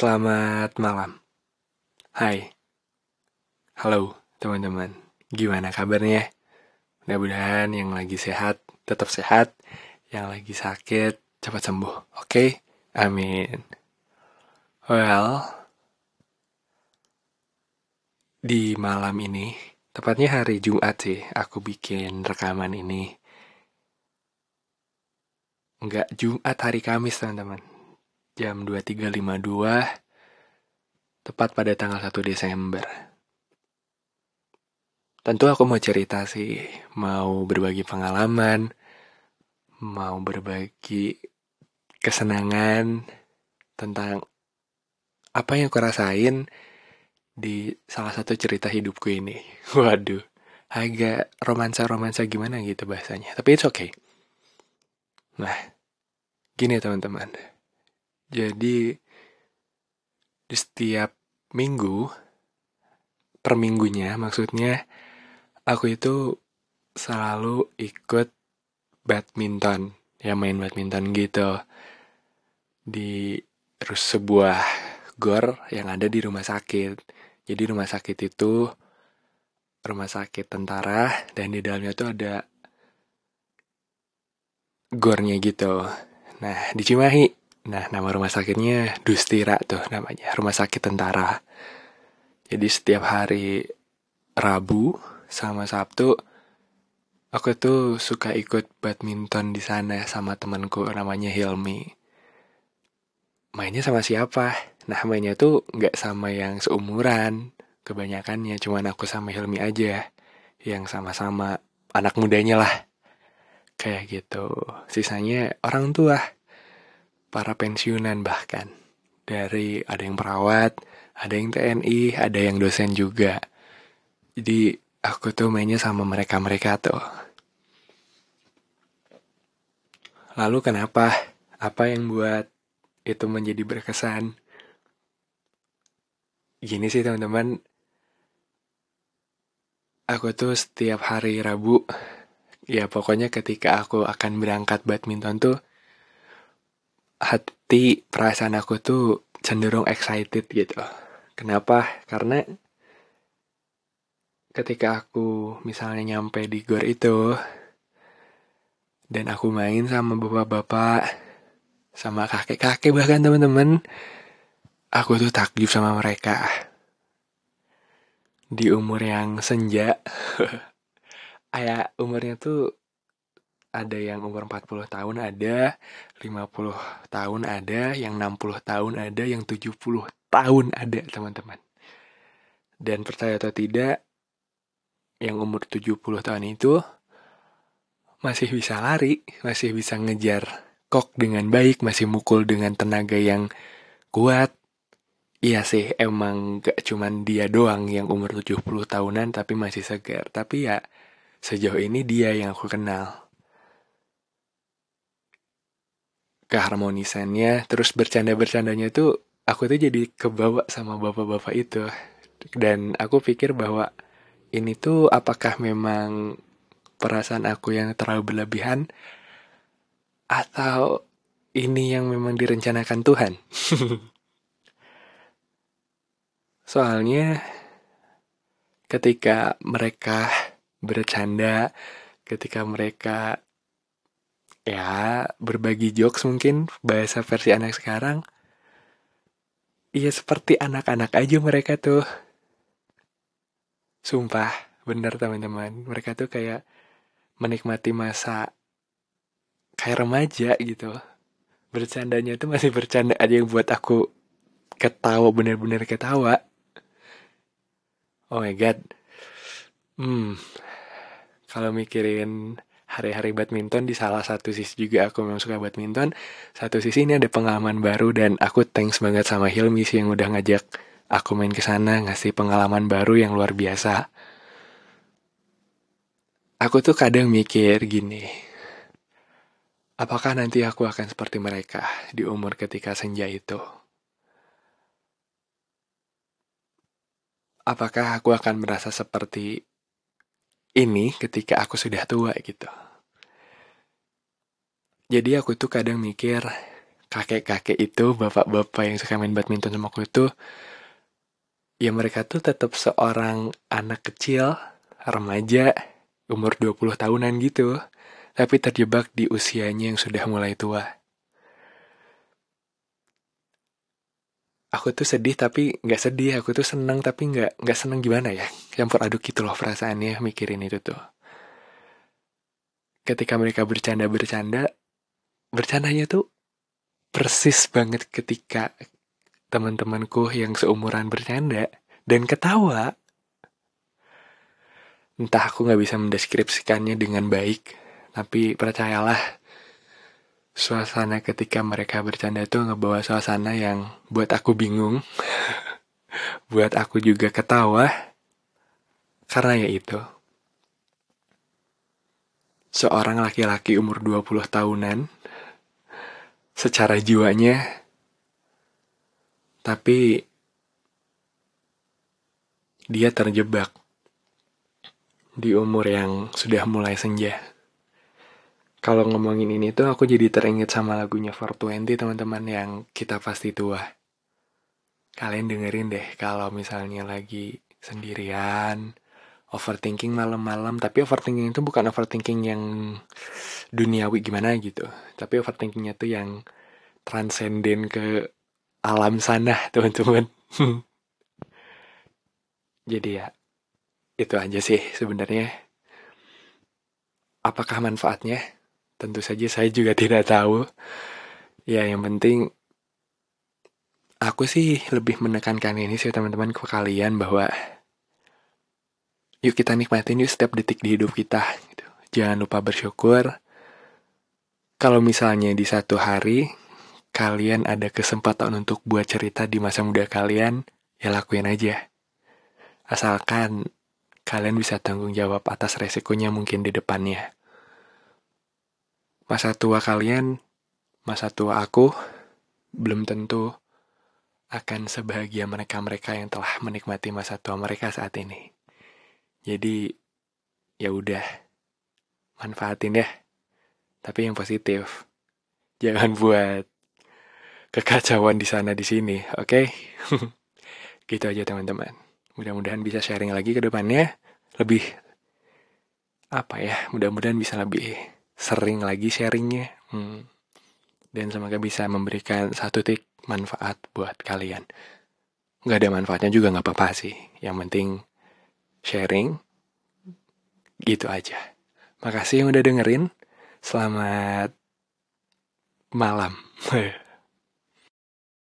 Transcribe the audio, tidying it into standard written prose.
Selamat malam. Hai, halo teman-teman. Gimana kabarnya? Mudah-mudahan yang lagi sehat tetap sehat, yang lagi sakit cepat sembuh. Oke? Amin. Well, di malam ini, tepatnya hari Jumat sih, aku bikin rekaman ini. Enggak, Jumat, hari Kamis teman-teman. Jam 23.52, tepat pada tanggal 1 Desember. Tentu aku mau cerita sih, mau berbagi pengalaman, mau berbagi kesenangan tentang apa yang aku rasain di salah satu cerita hidupku ini. Waduh, agak romansa-romansa gimana gitu bahasanya. Tapi it's okay. Nah, gini teman-teman. Jadi, di setiap minggu, per minggunya maksudnya, aku itu selalu ikut badminton. Ya main badminton gitu. Di sebuah gor yang ada di rumah sakit. Jadi rumah sakit itu rumah sakit tentara dan di dalamnya tuh ada gornya gitu. Nah, di Cimahi. Nah, nama rumah sakitnya Dustira tuh namanya, Rumah Sakit Tentara. Jadi setiap hari Rabu sama Sabtu aku tuh suka ikut badminton di sana sama temanku namanya Hilmi. Mainnya sama siapa? Nah, mainnya tuh nggak sama yang seumuran. Kebanyakannya cuman aku sama Hilmi aja yang sama-sama anak mudanya lah. Kayak gitu. Sisanya orang tua, para pensiunan bahkan. Dari ada yang perawat, ada yang TNI, ada yang dosen juga. Jadi aku tuh mainnya sama mereka-mereka tuh. Lalu kenapa? Apa yang buat itu menjadi berkesan? Gini sih teman-teman, aku tuh setiap hari Rabu, ya pokoknya ketika aku akan berangkat badminton tuh, hati perasaan aku tuh cenderung excited gitu. Kenapa? Karena ketika aku misalnya nyampe di gor itu, dan aku main sama bapak-bapak, sama kakek-kakek bahkan teman-teman, aku tuh takjub sama mereka. Di umur yang senja, kayak umurnya tuh ada yang umur 40 tahun ada, 50 tahun ada, yang 60 tahun ada, yang 70 tahun ada teman-teman. Dan percaya atau tidak, yang umur 70 tahun itu masih bisa lari, masih bisa ngejar kok dengan baik, masih mukul dengan tenaga yang kuat. Iya sih, emang gak cuman dia doang yang umur 70 tahunan tapi masih segar. Tapi ya, sejauh ini dia yang aku kenal. Keharmonisannya, terus bercanda-bercandanya tuh, aku tuh jadi kebawa sama bapak-bapak itu. Dan aku pikir bahwa ini tuh apakah memang perasaan aku yang terlalu berlebihan, atau ini yang memang direncanakan Tuhan. Soalnya ketika mereka bercanda, ketika mereka ya berbagi jokes mungkin bahasa versi anak sekarang, iya seperti anak-anak aja mereka tuh. Sumpah, bener teman-teman. Mereka tuh kayak menikmati masa kayak remaja gitu. Bercandanya tuh masih bercanda aja yang buat aku ketawa, bener-bener ketawa. Oh my god. Hmm, kalau mikirin hari-hari badminton, di salah satu sisi juga aku memang suka badminton. Satu sisi ini ada pengalaman baru dan aku thanks banget sama Hilmi sih yang udah ngajak aku main ke sana, ngasih pengalaman baru yang luar biasa. Aku tuh kadang mikir gini, apakah nanti aku akan seperti mereka di umur ketika senja itu? Apakah aku akan merasa seperti ini ketika aku sudah tua gitu? Jadi aku tuh kadang mikir, kakek-kakek itu, bapak-bapak yang suka main badminton sama aku itu, ya mereka tuh tetap seorang anak kecil, remaja, umur 20 tahunan gitu. Tapi terjebak di usianya yang sudah mulai tua. Aku tuh sedih tapi nggak sedih, aku tuh seneng tapi nggak seneng gimana ya? Campur aduk gitu loh perasaannya mikirin itu tuh. Ketika mereka bercanda-bercanda, bercandanya tuh persis banget ketika teman-temanku yang seumuran bercanda dan ketawa. Entah aku nggak bisa mendeskripsikannya dengan baik, tapi percayalah, suasana ketika mereka bercanda tuh ngebawa suasana yang buat aku bingung, buat aku juga ketawa, karena ya itu, seorang laki-laki umur 20 tahunan, secara jiwanya, tapi dia terjebak di umur yang sudah mulai senja. Kalau ngomongin ini tuh aku jadi teringat sama lagunya 420 teman-teman yang Kita Pasti Tua. Kalian dengerin deh kalau misalnya lagi sendirian, overthinking malam-malam, tapi overthinking itu bukan overthinking yang duniawi gimana gitu. Tapi overthinkingnya tuh yang transenden ke alam sana, teman-teman. Jadi ya, itu aja sih sebenarnya. Apakah manfaatnya? Tentu saja saya juga tidak tahu. Ya, yang penting aku sih lebih menekankan ini sih teman-teman ke kalian bahwa yuk kita nikmatin yuk setiap detik di hidup kita. Gitu. Jangan lupa bersyukur. Kalau misalnya di satu hari kalian ada kesempatan untuk buat cerita di masa muda kalian, ya lakuin aja. Asalkan kalian bisa tanggung jawab atas resikonya mungkin di depannya. Masa tua kalian, masa tua aku, belum tentu akan sebahagia mereka-mereka yang telah menikmati masa tua mereka saat ini. Jadi, ya udah, manfaatin deh. Tapi yang positif. Jangan buat kekacauan di sana di sini, oke? Gitu aja teman-teman. Mudah-mudahan bisa sharing lagi ke depannya. Lebih, apa ya, mudah-mudahan bisa lebih sering lagi sharingnya. Dan semoga bisa memberikan satu titik manfaat buat kalian. Nggak ada manfaatnya juga nggak apa-apa sih. Yang penting sharing, gitu aja. Makasih yang udah dengerin. Selamat malam.